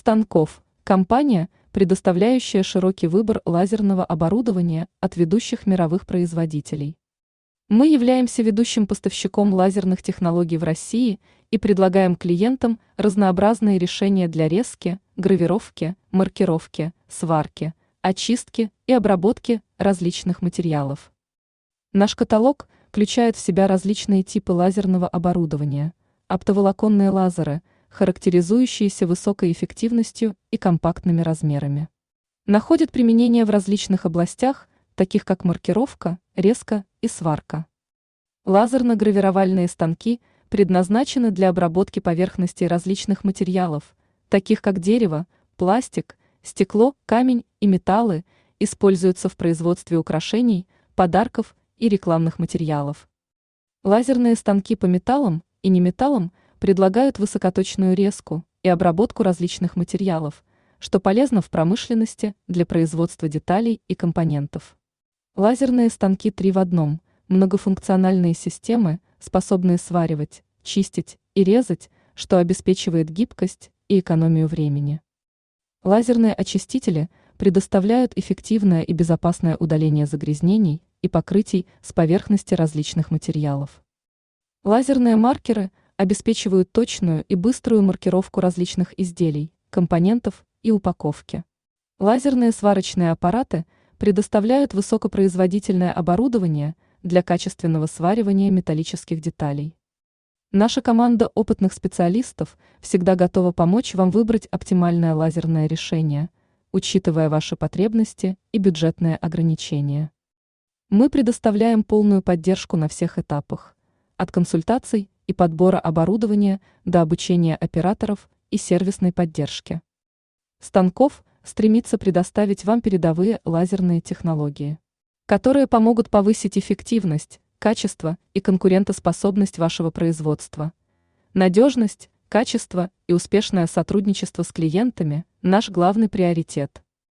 Станков – компания, предоставляющая широкий выбор лазерного оборудования от ведущих мировых производителей. Мы являемся ведущим поставщиком лазерных технологий в России и предлагаем клиентам разнообразные решения для резки, гравировки, маркировки, сварки, очистки и обработки различных материалов. Наш каталог включает в себя различные типы лазерного оборудования, оптоволоконные лазеры, характеризующиеся высокой эффективностью и компактными размерами. Находят применение в различных областях, таких как маркировка, резка и сварка. Лазерно-гравировальные станки предназначены для обработки поверхностей различных материалов, таких как дерево, пластик, стекло, камень и металлы, используются в производстве украшений, подарков и рекламных материалов. Лазерные станки по металлам и неметаллам предлагают высокоточную резку и обработку различных материалов, что полезно в промышленности для производства деталей и компонентов. Лазерные станки 3 в 1, многофункциональные системы, способные сваривать, чистить и резать, что обеспечивает гибкость и экономию времени. Лазерные очистители предоставляют эффективное и безопасное удаление загрязнений и покрытий с поверхности различных материалов. Лазерные маркеры обеспечивают точную и быструю маркировку различных изделий, компонентов и упаковки. Лазерные сварочные аппараты предоставляют высокопроизводительное оборудование для качественного сваривания металлических деталей. Наша команда опытных специалистов всегда готова помочь вам выбрать оптимальное лазерное решение, учитывая ваши потребности и бюджетные ограничения. Мы предоставляем полную поддержку на всех этапах, от консультаций и подбора оборудования до обучения операторов и сервисной поддержки. Станков стремится предоставить вам передовые лазерные технологии, которые помогут повысить эффективность, качество и конкурентоспособность вашего производства. Надежность, качество и успешное сотрудничество с клиентами – наш главный приоритет.